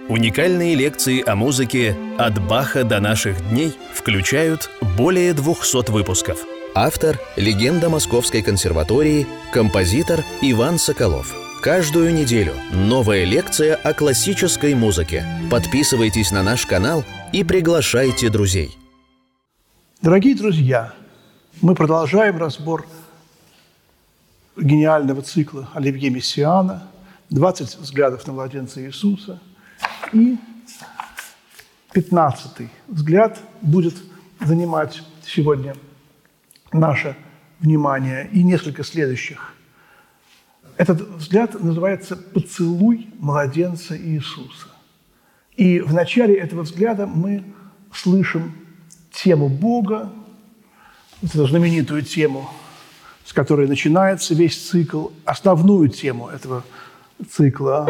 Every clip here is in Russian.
Уникальные лекции о музыке «От Баха до наших дней» включают более 200 выпусков. Автор – легенда Московской консерватории, композитор Иван Соколов. Каждую неделю новая лекция о классической музыке. Подписывайтесь на наш канал и приглашайте друзей. Дорогие друзья, мы продолжаем разбор гениального цикла Оливье Мессиана «20 взглядов на младенца Иисуса». И 15-й взгляд будет занимать сегодня наше внимание и несколько следующих. Этот взгляд называется «Поцелуй младенца Иисуса». И в начале этого взгляда мы слышим тему Бога, эту знаменитую тему, с которой начинается весь цикл, основную тему этого цикла.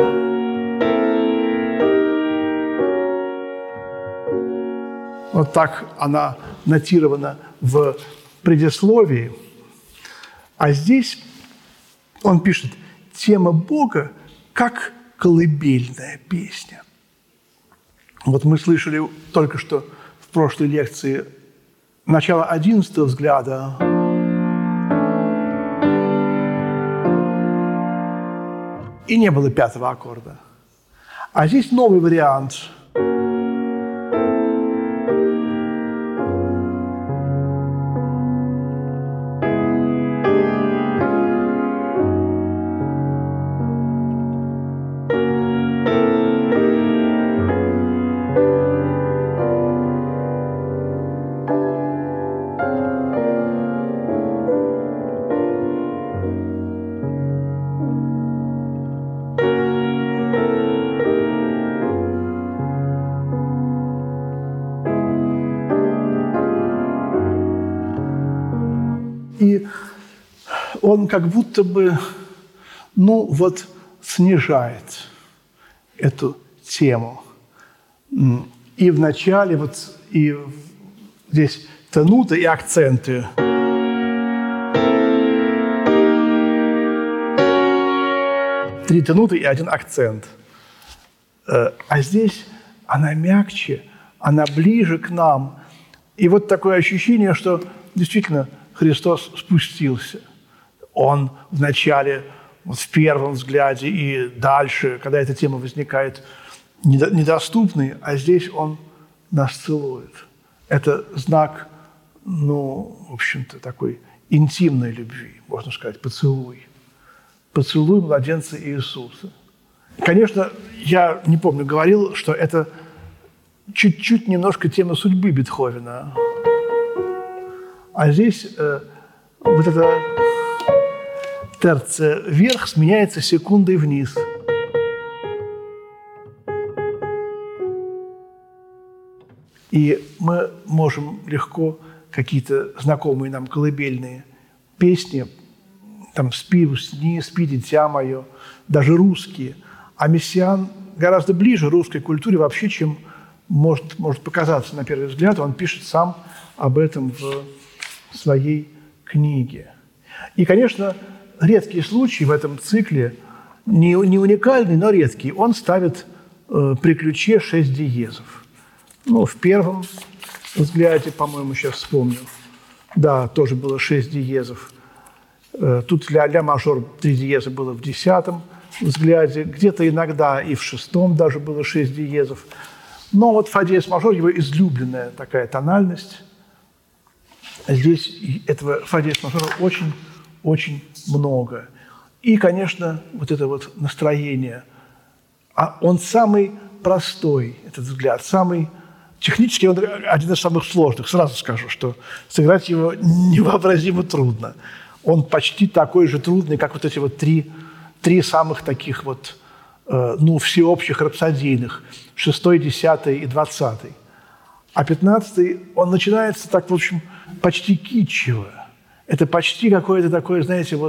Вот так она нотирована в предисловии. А здесь он пишет «Тема Бога как колыбельная песня». Вот мы слышали только что в прошлой лекции начало 11-го взгляда. И не было 5-го аккорда. А здесь новый вариант. И он как будто бы, снижает эту тему. И в начале, и здесь тенуты и акценты. Три тенуты и один акцент. А здесь она мягче, она ближе к нам. И вот такое ощущение, что действительно Христос спустился. Он вначале, в первом взгляде и дальше, когда эта тема возникает, недоступный, а здесь Он нас целует. Это знак, в общем-то, такой интимной любви, можно сказать, поцелуй. Поцелуй младенца Иисуса. Конечно, я не помню, говорил, что это чуть-чуть немножко тема судьбы Бетховена. А здесь вот эта терция вверх сменяется секундой вниз. И мы можем легко какие-то знакомые нам колыбельные песни, там «Спи, усни», «Спи, дитя мое», даже русские. А Мессиан гораздо ближе русской культуре вообще, чем может показаться на первый взгляд. Он пишет сам об этом в своей книге. И, конечно, редкий случай в этом цикле, не уникальный, но редкий, он ставит при ключе 6 диезов. В первом взгляде, по-моему, сейчас вспомню, да, тоже было 6 диезов. Тут ля мажор 3 диеза было в 10-м взгляде, где-то иногда и в 6-м даже было 6 диезов. Но вот фа диез мажор, его излюбленная такая тональность. Здесь этого фа диез мажора очень много. И, конечно, вот это вот настроение. Он самый простой, этот взгляд, самый технически он один из самых сложных. Сразу скажу, что сыграть его невообразимо трудно. Он почти такой же трудный, как вот эти вот три самых таких вот, всеобщих рапсодийных, 6-й, 10-й и 20-й. А 15-й, он начинается так, в общем, почти китчево. Это почти какое-то такое, знаете,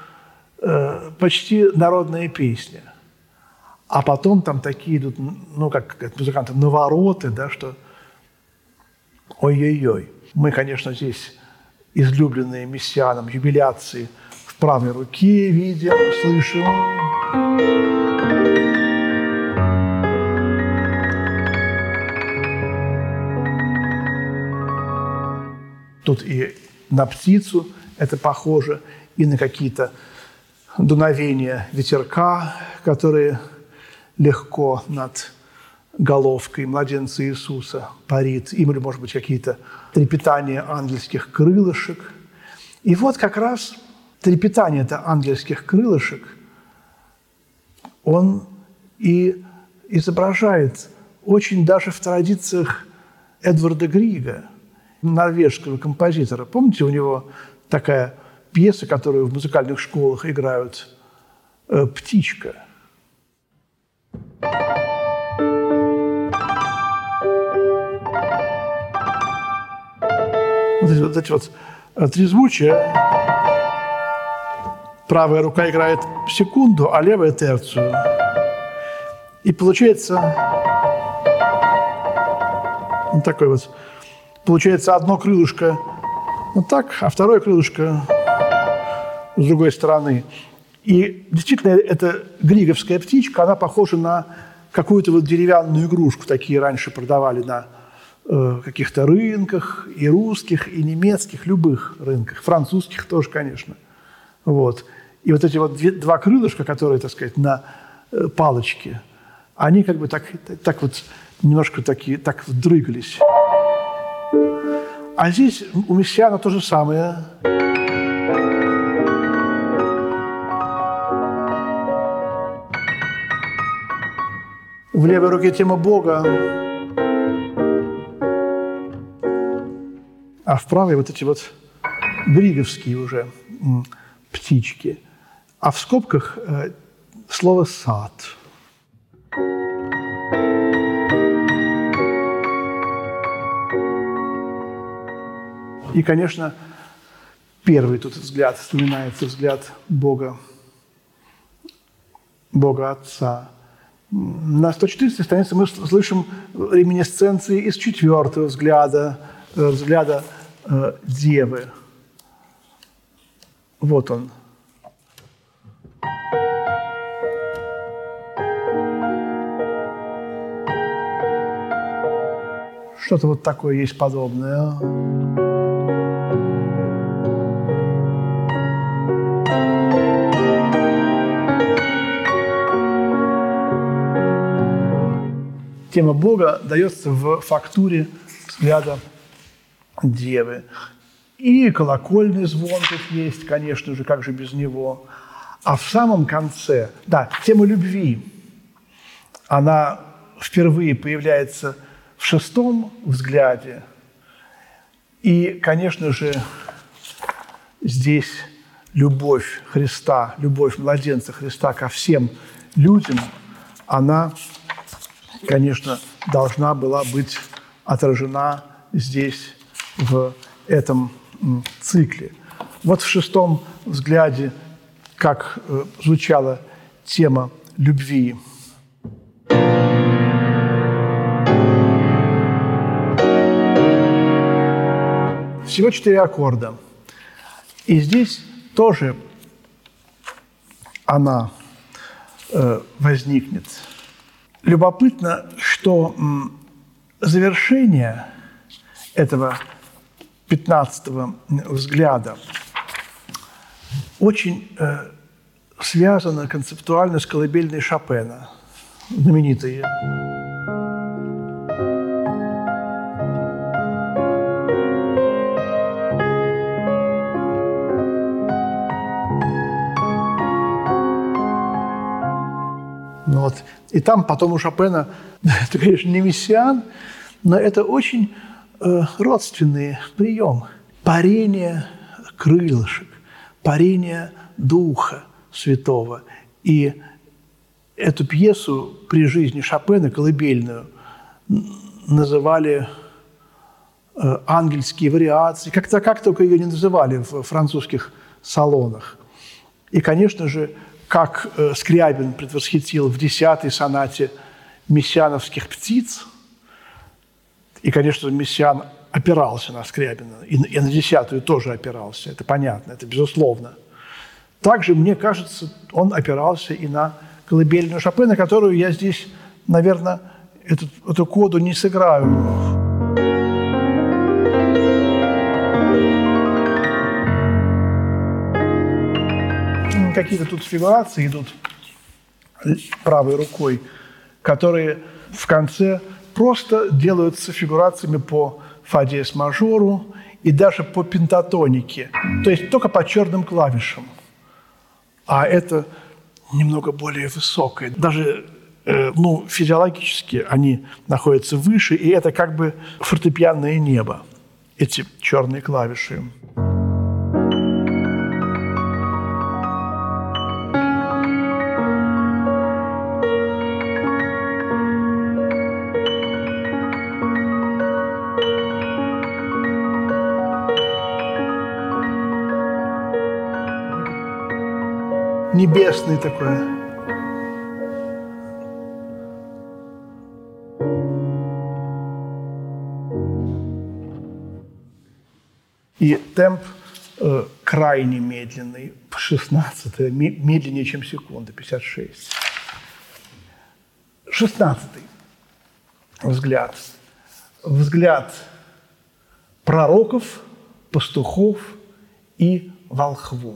почти народная песня. А потом там такие идут, как музыканты, навороты, да, что ой-ой-ой. Мы, конечно, здесь излюбленные Мессианом юбиляции в правой руке видим, слышим. Тут и на птицу это похоже, и на какие-то дуновения ветерка, которые легко над головкой младенца Иисуса парит, или, может быть, какие-то трепетания ангельских крылышек. И вот как раз трепетание ангельских крылышек он и изображает очень даже в традициях Эдварда Грига, норвежского композитора. Помните, у него такая пьеса, которую в музыкальных школах играют, «Птичка». Вот эти вот трезвучия. Правая рука играет секунду, а левая – терцию. И получается вот такой вот. Получается одно крылышко вот так, а второе крылышко с другой стороны. И действительно, эта григовская птичка, она похожа на какую-то вот деревянную игрушку. Такие раньше продавали на каких-то рынках, и русских, и немецких, любых рынках, французских тоже, конечно. Вот. И вот эти вот два крылышка, которые, так сказать, на палочке, они как бы так вот немножко так дрыгались. А здесь у Мессиана то же самое. В левой руке тема Бога, а в правой вот эти вот григовские уже птички. А в скобках слово «сад». И, конечно, первый тут взгляд, вспоминается взгляд Бога Отца. На 114-й странице мы слышим реминисценции из 4-го взгляда Девы. Вот он. Что-то вот такое есть подобное. Тема Бога дается в фактуре взгляда Девы. И колокольный звон тут есть, конечно же, как же без него. А в самом конце, да, тема любви, она впервые появляется в 6-м взгляде. И, конечно же, здесь любовь Христа, любовь младенца Христа ко всем людям, она, конечно, должна была быть отражена здесь, в этом цикле. Вот в 6-м взгляде, как звучала тема любви. Всего 4 аккорда. И здесь тоже она возникнет. Любопытно, что завершение этого 15-го взгляда очень связано концептуально с колыбельной Шопена, знаменитые. Вот. И там потом у Шопена, это, конечно, не Мессиан, но это очень родственный прием. Парение крылышек, парение Духа Святого. И эту пьесу при жизни Шопена, колыбельную, называли ангельские вариации. Как только ее не называли в французских салонах. И, конечно же, как Скрябин предвосхитил в 10-й сонате мессиановских птиц, и, конечно, Мессиан опирался на Скрябина, и на 10-ю тоже опирался, это понятно, это безусловно. Также, мне кажется, он опирался и на колыбельную Шопена, которую я здесь, наверное, эту коду не сыграю. какие-то тут фигурации идут правой рукой, которые в конце просто делаются фигурациями по фа диез мажору и даже по пентатонике, то есть только по черным клавишам. А это немного более высокое. Даже физиологически они находятся выше, и это как бы фортепианное небо, эти черные клавиши. Небесный такой. И темп крайне медленный, 16-й, медленнее, чем секунда, 56. 16-й взгляд. Взгляд пророков, пастухов и волхвов.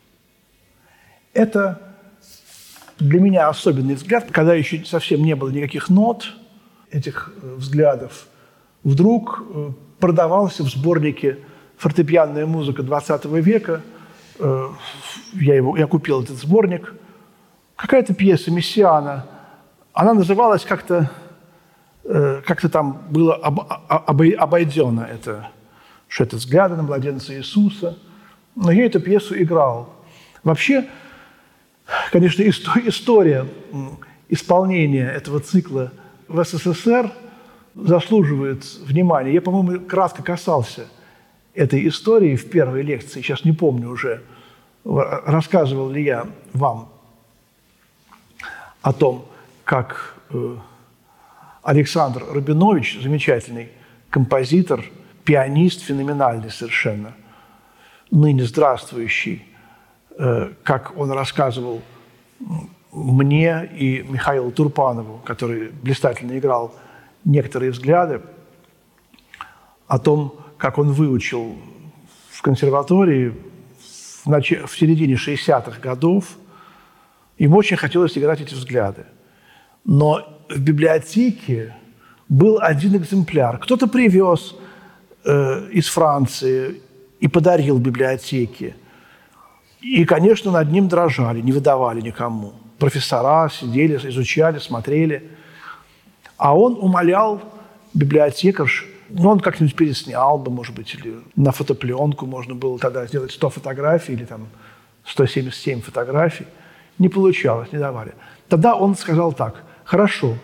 Это для меня особенный взгляд, когда еще совсем не было никаких нот этих взглядов. Вдруг продавался в сборнике «Фортепианная музыка XX века». Я купил этот сборник. Какая-то пьеса Мессиана. Она называлась как-то там было обойдено это, что это взгляды на младенца Иисуса. Но я эту пьесу играл. Вообще, конечно, история исполнения этого цикла в СССР заслуживает внимания. Я, по-моему, кратко касался этой истории в первой лекции, сейчас не помню уже, рассказывал ли я вам о том, как Александр Рабинович, замечательный композитор, пианист, феноменальный совершенно, ныне здравствующий, как он рассказывал мне и Михаилу Турпанову, который блистательно играл некоторые взгляды, о том, как он выучил в консерватории в середине 60-х годов. Ему очень хотелось играть эти взгляды. Но в библиотеке был один экземпляр. Кто-то привез из Франции и подарил библиотеке. И, конечно, над ним дрожали, не выдавали никому. Профессора сидели, изучали, смотрели. А он умолял библиотекарш, он как-нибудь переснял бы, может быть, или на фотопленку можно было тогда сделать 100 фотографий или там 177 фотографий. Не получалось, не давали. Тогда он сказал так: хорошо,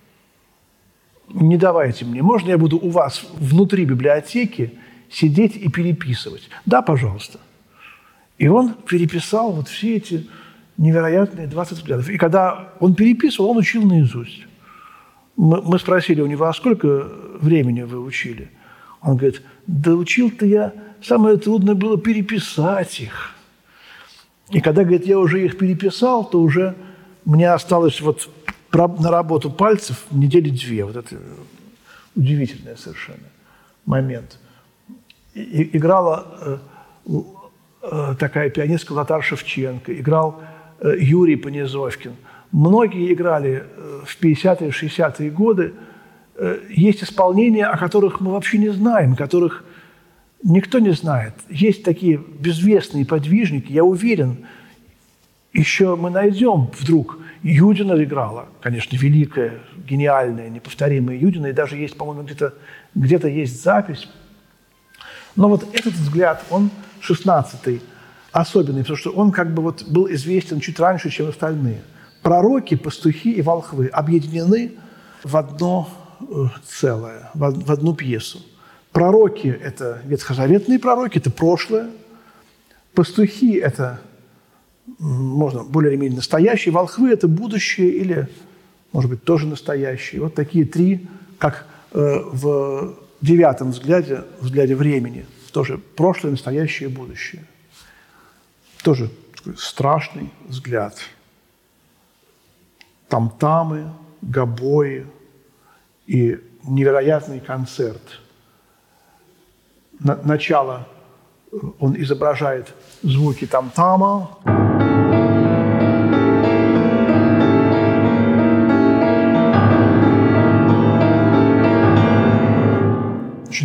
не давайте мне, можно я буду у вас внутри библиотеки сидеть и переписывать? Да, пожалуйста. И он переписал вот все эти невероятные 20 взглядов. И когда он переписывал, он учил наизусть. Мы спросили у него: а сколько времени вы учили? Он говорит: да учил-то я, самое трудное было переписать их. И когда, говорит, я уже их переписал, то уже мне осталось вот на работу пальцев недели 2. Вот это удивительный совершенно момент. Играла такая пианистка Лотар Шевченко, играл Юрий Понизовкин. Многие играли в 50-е, 60-е годы. Есть исполнения, о которых мы вообще не знаем, которых никто не знает. Есть такие безвестные подвижники. Я уверен, еще мы найдем вдруг. Юдина играла, конечно, великая, гениальная, неповторимая Юдина. И даже есть, по-моему, где-то есть запись. Но вот этот взгляд, он 16-й, особенный, потому что он как бы вот был известен чуть раньше, чем остальные. Пророки, пастухи и волхвы объединены в одно целое, в одну пьесу. Пророки – это ветхозаветные пророки, это прошлое. Пастухи – это, можно более или менее настоящие. Волхвы – это будущее или, может быть, тоже настоящие. Вот такие три, как в 9-м взгляде времени. Тоже прошлое, настоящее и будущее. Тоже такой страшный взгляд. Там-тамы, гобои и невероятный концерт. Начало он изображает звуки там-тама,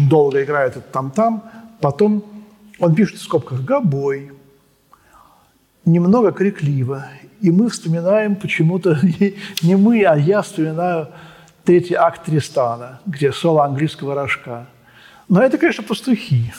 очень долго играет этот там-там, потом он пишет в скобках «гобой», немного крикливо. И мы вспоминаем почему-то, не мы, а я вспоминаю третий акт Тристана, где соло английского рожка. Но это, конечно, пастухи.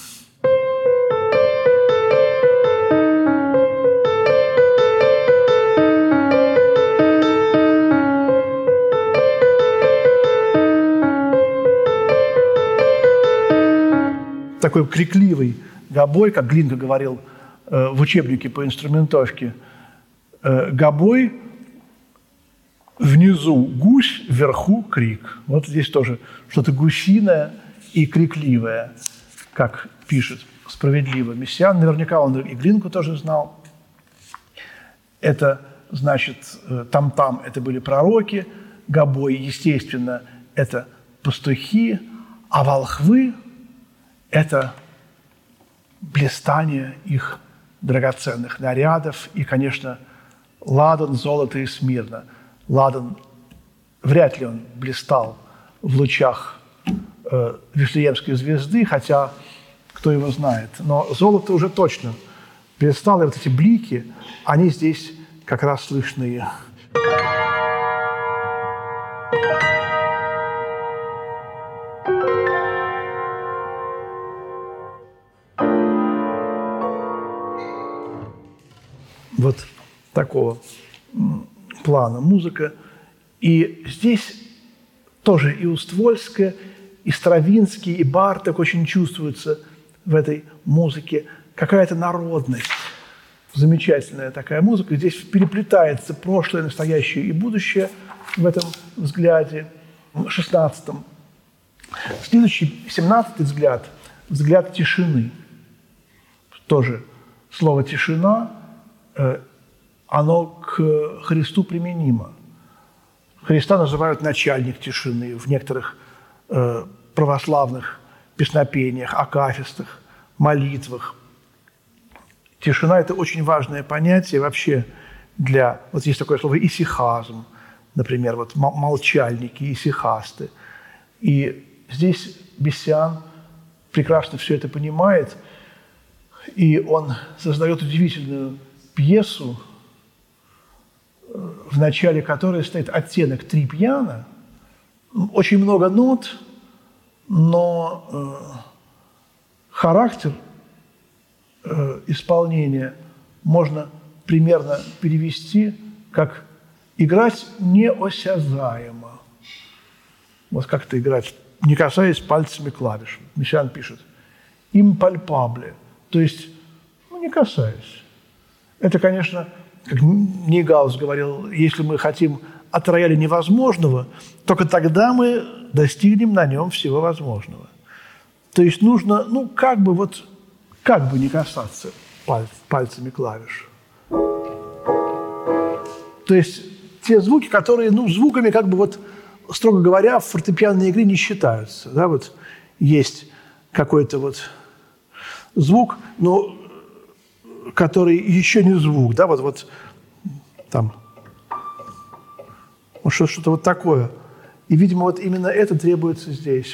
Такой крикливый гобой, как Глинка говорил в учебнике по инструментовке. Гобой, внизу гусь, вверху крик. Вот здесь тоже что-то гусиное и крикливое, как пишет справедливо Мессиан. Наверняка он и Глинку тоже знал. Это значит, там-там это были пророки, гобой, естественно, это пастухи, а волхвы – это блистание их драгоценных нарядов и, конечно, ладан, золото и смирно. Ладан, вряд ли он блистал в лучах Вифлеемской звезды, хотя кто его знает. Но золото уже точно блистало, и вот эти блики, они здесь как раз слышны. Вот такого плана музыка. И здесь тоже и Уствольская, и Стравинский, и Барток очень чувствуются в этой музыке. Какая-то народность. Замечательная такая музыка. Здесь переплетается прошлое, настоящее и будущее в этом взгляде, в 16-м. Следующий, 17-й взгляд, взгляд тишины. Тоже слово «тишина» оно к Христу применимо. Христа называют начальник тишины в некоторых православных песнопениях, акафистах, молитвах. Тишина – это очень важное понятие вообще для… Вот есть такое слово «исихазм», например, вот молчальники, исихасты. И здесь Мессиан прекрасно все это понимает, и он создает удивительную пьесу, в начале которой стоит оттенок три пьяна, очень много нот, но характер исполнения можно примерно перевести как «играть неосязаемо». Вот как это играть, не касаясь пальцами клавиш. Мессиан пишет «импальпабле», то есть не касаясь. Это, конечно, как Нейгаус говорил, если мы хотим от рояля невозможного, только тогда мы достигнем на нем всего возможного. То есть нужно, как бы не касаться пальцами клавиш. То есть те звуки, которые, звуками, строго говоря, в фортепианной игре не считаются. Да, вот есть какой-то звук, но который еще не звук, да, там, что-то вот такое. И, видимо, именно это требуется здесь.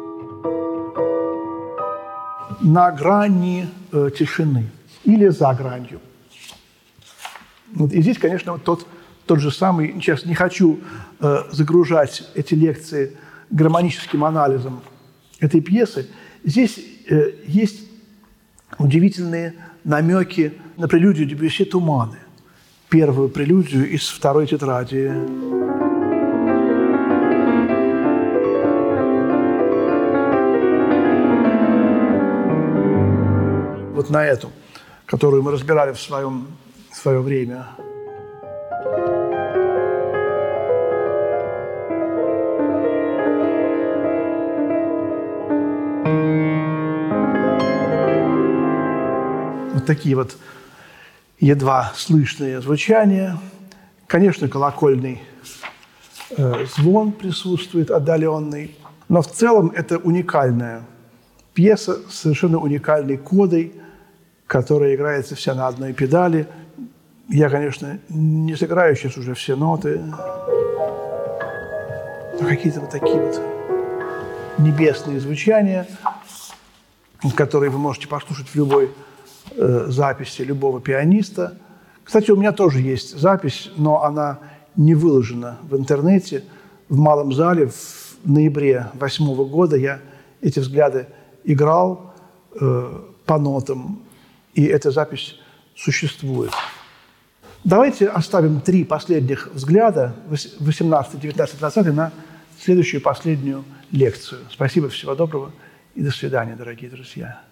На грани тишины или за гранью. И здесь, конечно, тот же самый, сейчас не хочу загружать эти лекции гармоническим анализом этой пьесы, здесь есть удивительные намеки на прелюдию Дебюсси «Туманы», первую прелюдию из второй тетради. Вот на эту, которую мы разбирали в свое время. Вот такие вот едва слышные звучания. Конечно, колокольный звон присутствует, отдаленный. Но в целом это уникальная пьеса с совершенно уникальной кодой, которая играется вся на одной педали. Я, конечно, не сыграю сейчас уже все ноты. Но какие-то вот такие вот небесные звучания. который вы можете послушать в любой записи любого пианиста. Кстати, у меня тоже есть запись, но она не выложена в интернете. В Малом зале в ноябре 2008 года я эти взгляды играл по нотам, и эта запись существует. Давайте оставим 3 последних взгляда, 18, 19, 20, на следующую последнюю лекцию. Спасибо, всего доброго и до свидания, дорогие друзья.